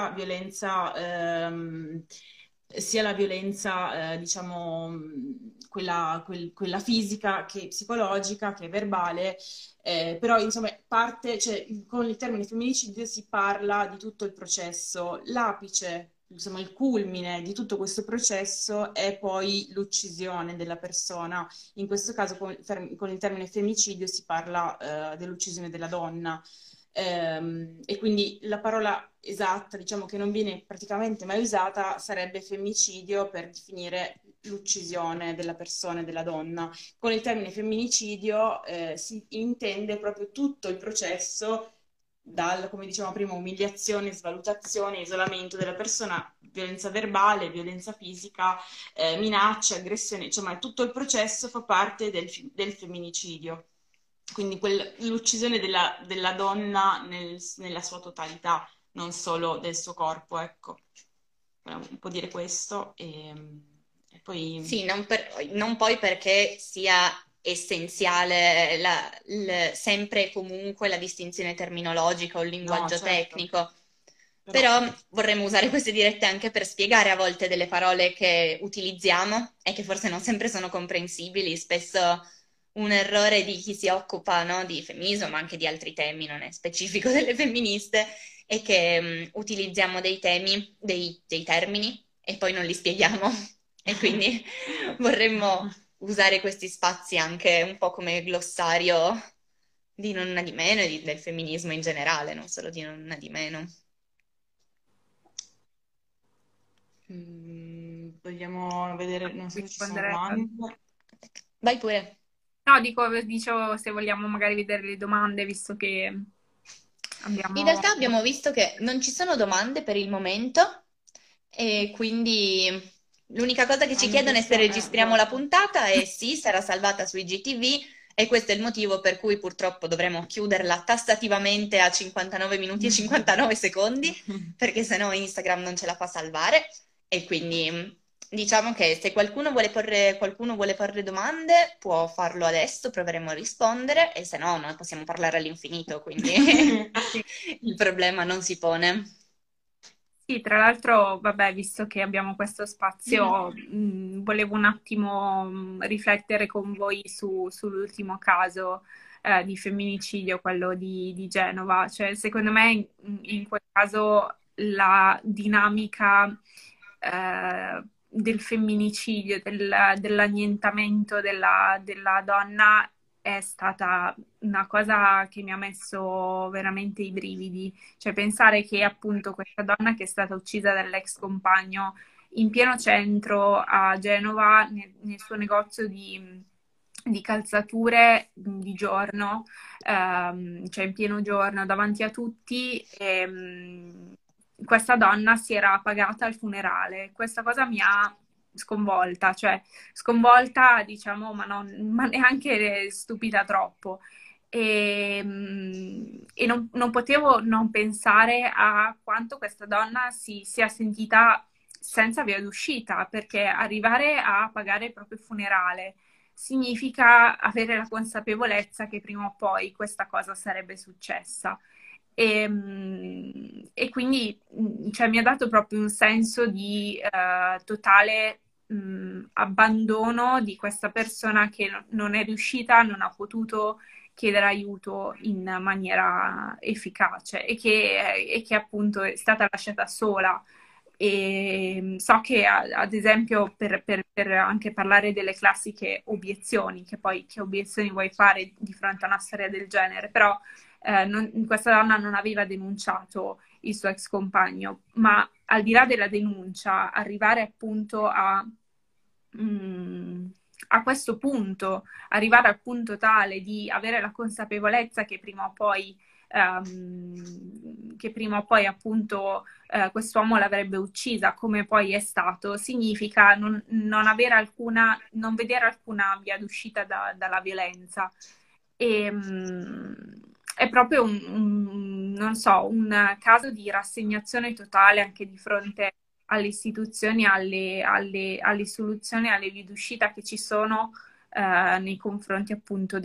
[SPEAKER 3] sia la violenza, diciamo, quella fisica che psicologica, che è verbale, però insomma parte, cioè, con il termine femminicidio si parla di tutto il processo. L'apice, insomma, il culmine di tutto questo processo è poi l'uccisione della persona. In questo caso con il termine femminicidio si parla dell'uccisione della donna. E quindi la parola esatta, diciamo, che non viene praticamente mai usata, sarebbe femminicidio per definire l'uccisione della persona e della donna. Con il termine femminicidio si intende proprio tutto il processo come dicevamo prima, umiliazione, svalutazione, isolamento della persona, violenza verbale, violenza fisica, minacce, aggressione, insomma tutto il processo fa parte del femminicidio. Quindi l'uccisione della donna nella sua totalità, non solo del suo corpo, ecco. Un po' dire questo e poi...
[SPEAKER 1] Sì, non poi perché sia essenziale sempre e comunque la distinzione terminologica o il linguaggio
[SPEAKER 3] certo.
[SPEAKER 1] tecnico. Però vorremmo usare queste dirette anche per spiegare a volte delle parole che utilizziamo e che forse non sempre sono comprensibili. Spesso un errore di chi si occupa, no, di femminismo, ma anche di altri temi, non è specifico delle femministe, è che utilizziamo dei temi, dei termini e poi non li spieghiamo e quindi vorremmo usare questi spazi anche un po' come glossario di Non una di meno e del femminismo in generale, non solo di Non una di meno.
[SPEAKER 3] Vogliamo vedere, non so se ci sono
[SPEAKER 2] Rispondere.
[SPEAKER 3] domande.
[SPEAKER 1] Vai pure.
[SPEAKER 2] No, dicevo se vogliamo magari vedere le domande, visto che
[SPEAKER 1] In
[SPEAKER 2] abbiamo...
[SPEAKER 1] realtà abbiamo visto che non ci sono domande per il momento e quindi l'unica cosa che ci
[SPEAKER 3] Hanno
[SPEAKER 1] chiedono è se
[SPEAKER 3] chiesto,
[SPEAKER 1] registriamo la
[SPEAKER 3] esatto.
[SPEAKER 1] puntata e sì, sarà salvata su IGTV e questo è il motivo per cui purtroppo dovremo chiuderla tassativamente a 59 minuti e 59 secondi perché sennò Instagram non ce la fa salvare e quindi diciamo che se qualcuno vuole porre domande può farlo adesso, proveremo a rispondere e se no noi possiamo parlare all'infinito, quindi
[SPEAKER 2] Sì.
[SPEAKER 1] il problema non si pone.
[SPEAKER 2] Sì, tra l'altro, vabbè, visto che abbiamo questo spazio, volevo un attimo riflettere con voi sull'ultimo caso di femminicidio, quello di Genova. Cioè, secondo me in quel caso la dinamica del femminicidio, dell'annientamento della donna è stata una cosa che mi ha messo veramente i brividi. Cioè pensare che appunto questa donna che è stata uccisa dall'ex compagno in pieno centro a Genova, nel suo negozio di calzature di giorno, cioè in pieno giorno davanti a tutti, questa donna si era pagata al funerale. Questa cosa mi ha sconvolta, cioè sconvolta, diciamo, ma neanche stupita troppo. E non potevo non pensare a quanto questa donna si sia sentita senza via d'uscita, perché arrivare a pagare il proprio funerale significa avere la consapevolezza che prima o poi questa cosa sarebbe successa. E quindi cioè, mi ha dato proprio un senso di totale abbandono di questa persona che non è riuscita, non ha potuto chiedere aiuto in maniera efficace e che appunto è stata lasciata sola. E so che ad esempio per anche parlare delle classiche obiezioni, che poi che obiezioni vuoi fare di fronte a una storia del genere, però questa donna non aveva denunciato il suo ex compagno, ma al di là della denuncia, arrivare appunto a questo punto, arrivare al punto tale di avere la consapevolezza che prima o poi appunto quest'uomo l'avrebbe uccisa, come poi è stato, significa non avere non vedere alcuna via d'uscita dalla violenza. E, è proprio non so, un caso di rassegnazione totale anche di fronte alle istituzioni, alle soluzioni, alle vie d'uscita che ci sono nei confronti appunto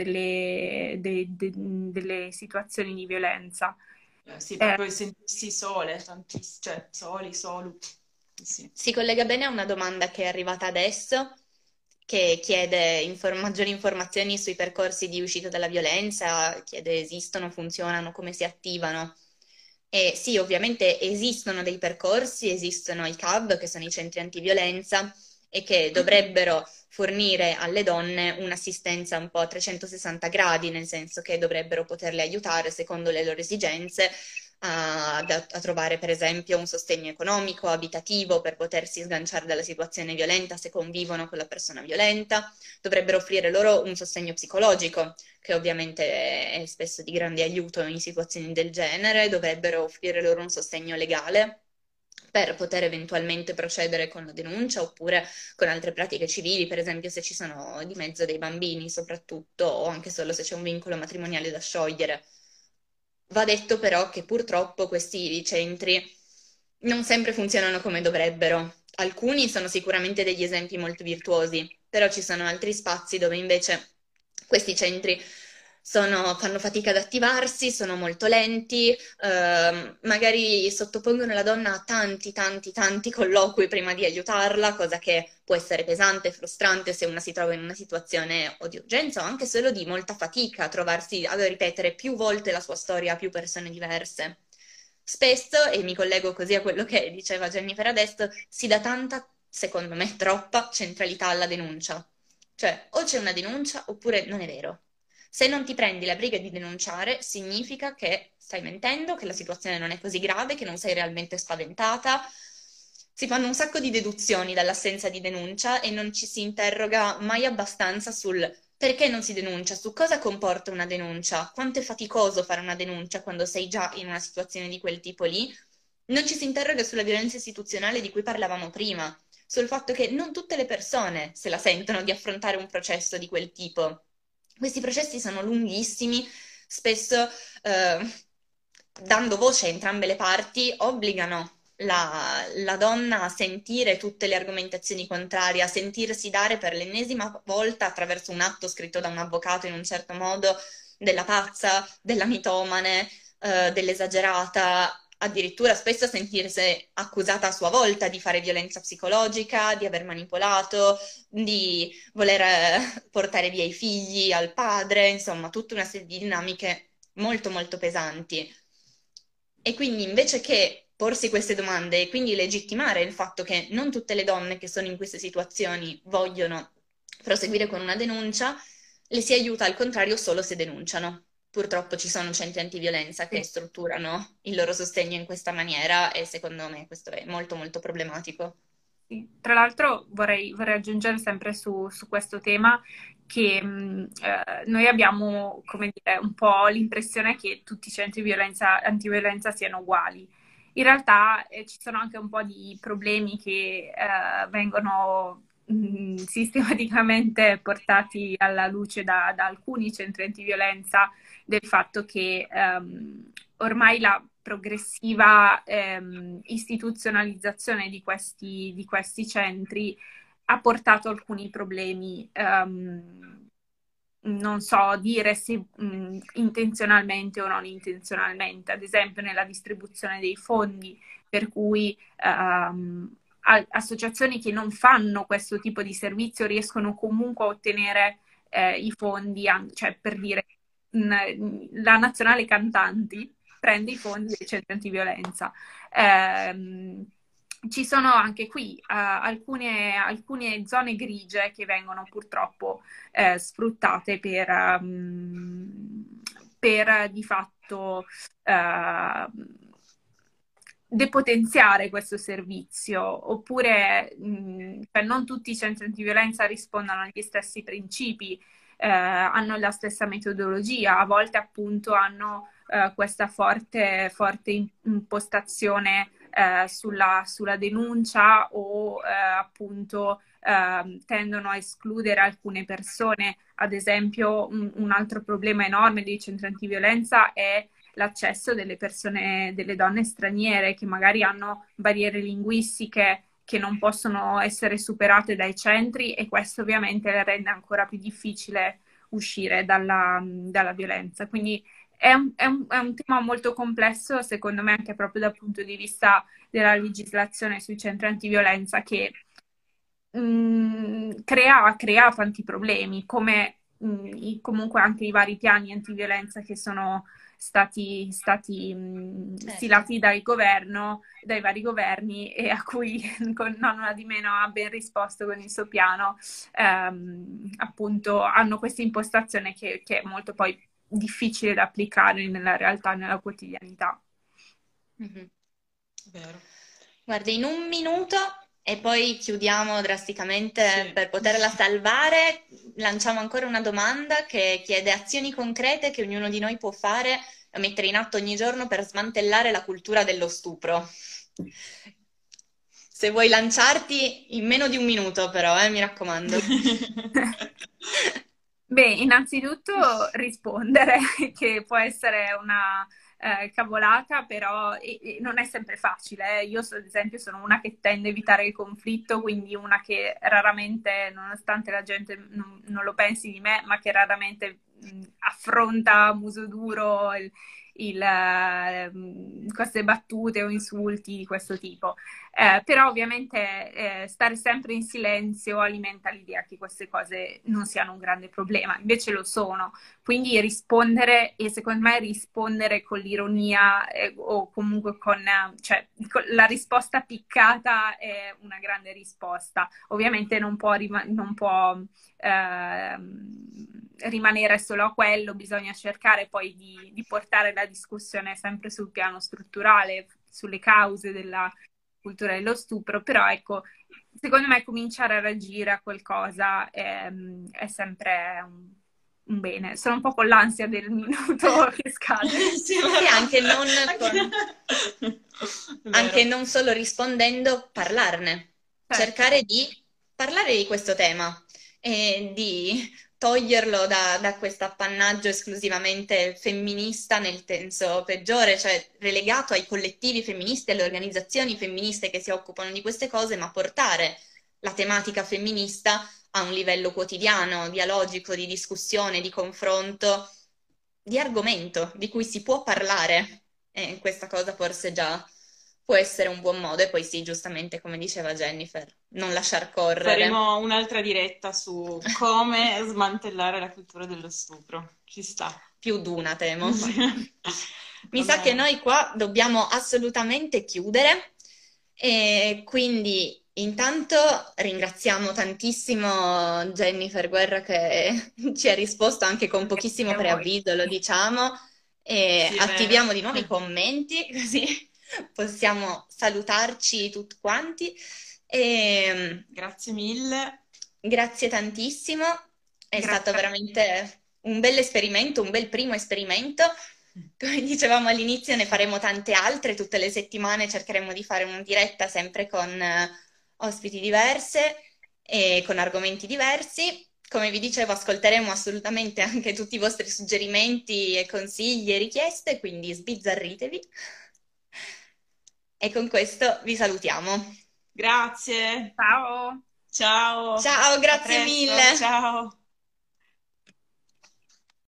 [SPEAKER 2] delle situazioni di violenza.
[SPEAKER 3] Sì, proprio il sentirsi sole, cioè soli, solu. Sì.
[SPEAKER 1] Si collega bene a una domanda che è arrivata adesso, che chiede maggiori informazioni sui percorsi di uscita dalla violenza, chiede esistono, funzionano, come si attivano. E sì, ovviamente esistono dei percorsi, esistono i CAV, che sono i centri antiviolenza, e che dovrebbero fornire alle donne un'assistenza un po' a 360 gradi, nel senso che dovrebbero poterle aiutare secondo le loro esigenze a trovare per esempio un sostegno economico, abitativo per potersi sganciare dalla situazione violenta se convivono con la persona violenta, dovrebbero offrire loro un sostegno psicologico, che ovviamente è spesso di grande aiuto in situazioni del genere, dovrebbero offrire loro un sostegno legale per poter eventualmente procedere con la denuncia oppure con altre pratiche civili, per esempio se ci sono di mezzo dei bambini soprattutto o anche solo se c'è un vincolo matrimoniale da sciogliere. Va detto però che purtroppo questi centri non sempre funzionano come dovrebbero. Alcuni sono sicuramente degli esempi molto virtuosi, però ci sono altri spazi dove invece questi centri fanno fatica ad attivarsi, sono molto lenti, magari sottopongono la donna a tanti, tanti, tanti colloqui prima di aiutarla, cosa che può essere pesante e frustrante se una si trova in una situazione o di urgenza o anche solo di molta fatica, trovarsi a ripetere più volte la sua storia a più persone diverse. spesso, e mi collego così a quello che diceva Jennifer adesso, si dà tanta, secondo me, troppa centralità alla denuncia. Cioè, o c'è una denuncia oppure non è vero. Se non ti prendi la briga di denunciare, significa che stai mentendo, che la situazione non è così grave, che non sei realmente spaventata. Si fanno un sacco di deduzioni dall'assenza di denuncia e non ci si interroga mai abbastanza sul perché non si denuncia, su cosa comporta una denuncia, quanto è faticoso fare una denuncia quando sei già in una situazione di quel tipo lì. Non ci si interroga sulla violenza istituzionale di cui parlavamo prima, sul fatto che non tutte le persone se la sentono di affrontare un processo di quel tipo. Questi processi sono lunghissimi, spesso dando voce a entrambe le parti, obbligano la donna a sentire tutte le argomentazioni contrarie, a sentirsi dare per l'ennesima volta attraverso un atto scritto da un avvocato in un certo modo della pazza, della mitomane, dell'esagerata, addirittura spesso sentirsi accusata a sua volta di fare violenza psicologica, di aver manipolato, di voler portare via i figli al padre, insomma, tutta una serie di dinamiche molto molto pesanti. E quindi invece che porsi queste domande e quindi legittimare il fatto che non tutte le donne che sono in queste situazioni vogliono proseguire con una denuncia, le si aiuta al contrario solo se denunciano. Purtroppo ci sono centri antiviolenza che
[SPEAKER 2] Sì.
[SPEAKER 1] strutturano il loro sostegno in questa maniera e secondo me questo è molto molto problematico.
[SPEAKER 2] Sì. Tra l'altro vorrei aggiungere sempre su questo tema che noi abbiamo, come dire, un po' l'impressione che tutti i centri antiviolenza siano uguali. In realtà ci sono anche un po' di problemi che vengono sistematicamente portati alla luce da alcuni centri antiviolenza, del fatto che ormai la progressiva istituzionalizzazione di questi centri ha portato alcuni problemi. Non so dire se intenzionalmente o non intenzionalmente, ad esempio nella distribuzione dei fondi, per cui associazioni che non fanno questo tipo di servizio riescono comunque a ottenere i fondi, cioè per dire la Nazionale Cantanti prende i fondi dei centri antiviolenza. Ci sono anche qui alcune zone grigie che vengono purtroppo sfruttate per di fatto depotenziare questo servizio, oppure cioè non tutti i centri antiviolenza rispondono agli stessi principi, hanno la stessa metodologia, a volte appunto hanno questa forte impostazione sulla denuncia o appunto tendono a escludere alcune persone. Ad esempio, un altro problema enorme dei centri antiviolenza è l'accesso delle persone, delle donne straniere che magari hanno barriere linguistiche che non possono essere superate dai centri, e questo ovviamente le rende ancora più difficile uscire dalla violenza. Quindi è un tema molto complesso, secondo me, anche proprio dal punto di vista della legislazione sui centri antiviolenza, che ha creato tanti problemi, come comunque anche i vari piani antiviolenza che sono stati
[SPEAKER 1] Certo.
[SPEAKER 2] stilati dai vari governi, e a cui non una di meno ha ben risposto con il suo piano. Appunto hanno questa impostazione che è molto poi difficile da applicare nella realtà, nella quotidianità.
[SPEAKER 1] Mhm.
[SPEAKER 3] Vero.
[SPEAKER 1] Guarda, in un minuto e poi chiudiamo drasticamente
[SPEAKER 3] Sì.
[SPEAKER 1] per poterla salvare. Lanciamo ancora una domanda che chiede azioni concrete che ognuno di noi può fare e mettere in atto ogni giorno per smantellare la cultura dello stupro. Se vuoi lanciarti in meno di un minuto, però, mi raccomando.
[SPEAKER 2] Beh, innanzitutto rispondere, che può essere una cavolata, però non è sempre facile. Io, ad esempio, sono una che tende a evitare il conflitto, quindi una che raramente, nonostante la gente non lo pensi di me, ma che raramente affronta a muso duro queste battute o insulti di questo tipo. Però ovviamente stare sempre in silenzio alimenta l'idea che queste cose non siano un grande problema, invece lo sono. Quindi rispondere, e secondo me rispondere con l'ironia o comunque cioè, la risposta piccata è una grande risposta. Ovviamente non può rimanere solo a quello, bisogna cercare poi di portare la discussione sempre sul piano strutturale, sulle cause della cultura dello stupro, però ecco, secondo me cominciare a reagire a qualcosa è sempre un bene. Sono un po' con l'ansia del minuto che scade.
[SPEAKER 1] Sì, anche non solo rispondendo, parlarne.
[SPEAKER 2] Certo.
[SPEAKER 1] Cercare di parlare di questo tema e di toglierlo da questo appannaggio esclusivamente femminista nel senso peggiore, cioè relegato ai collettivi femministi, alle organizzazioni femministe che si occupano di queste cose, ma portare la tematica femminista a un livello quotidiano, dialogico, di discussione, di confronto, di argomento di cui si può parlare. E questa cosa forse già può essere un buon modo. E poi sì, giustamente, come diceva Jennifer, non lasciar correre.
[SPEAKER 3] Faremo un'altra diretta su come smantellare la cultura dello stupro. Ci sta.
[SPEAKER 1] Più d'una, temo. Mi
[SPEAKER 3] Va
[SPEAKER 1] sa che
[SPEAKER 3] bene.
[SPEAKER 1] noi qua dobbiamo assolutamente chiudere e quindi intanto ringraziamo tantissimo Jennifer Guerra che ci ha risposto anche con pochissimo
[SPEAKER 2] Grazie a voi.
[SPEAKER 1] preavviso, lo diciamo, e
[SPEAKER 3] Sì, è
[SPEAKER 1] attiviamo
[SPEAKER 3] vero.
[SPEAKER 1] di nuovo i commenti così possiamo salutarci tutti quanti. E
[SPEAKER 3] Grazie mille.
[SPEAKER 1] grazie tantissimo, è stato
[SPEAKER 2] Grazie.
[SPEAKER 1] veramente un bel esperimento, un bel primo esperimento. Come dicevamo all'inizio, ne faremo tante altre, tutte le settimane cercheremo di fare una diretta sempre con ospiti diverse e con argomenti diversi. Come vi dicevo, ascolteremo assolutamente anche tutti i vostri suggerimenti e consigli e richieste, quindi sbizzarritevi. E con questo vi salutiamo.
[SPEAKER 3] Grazie.
[SPEAKER 2] Ciao.
[SPEAKER 3] Ciao.
[SPEAKER 1] Ciao,
[SPEAKER 3] A
[SPEAKER 1] grazie
[SPEAKER 3] presto.
[SPEAKER 1] mille.
[SPEAKER 3] Ciao.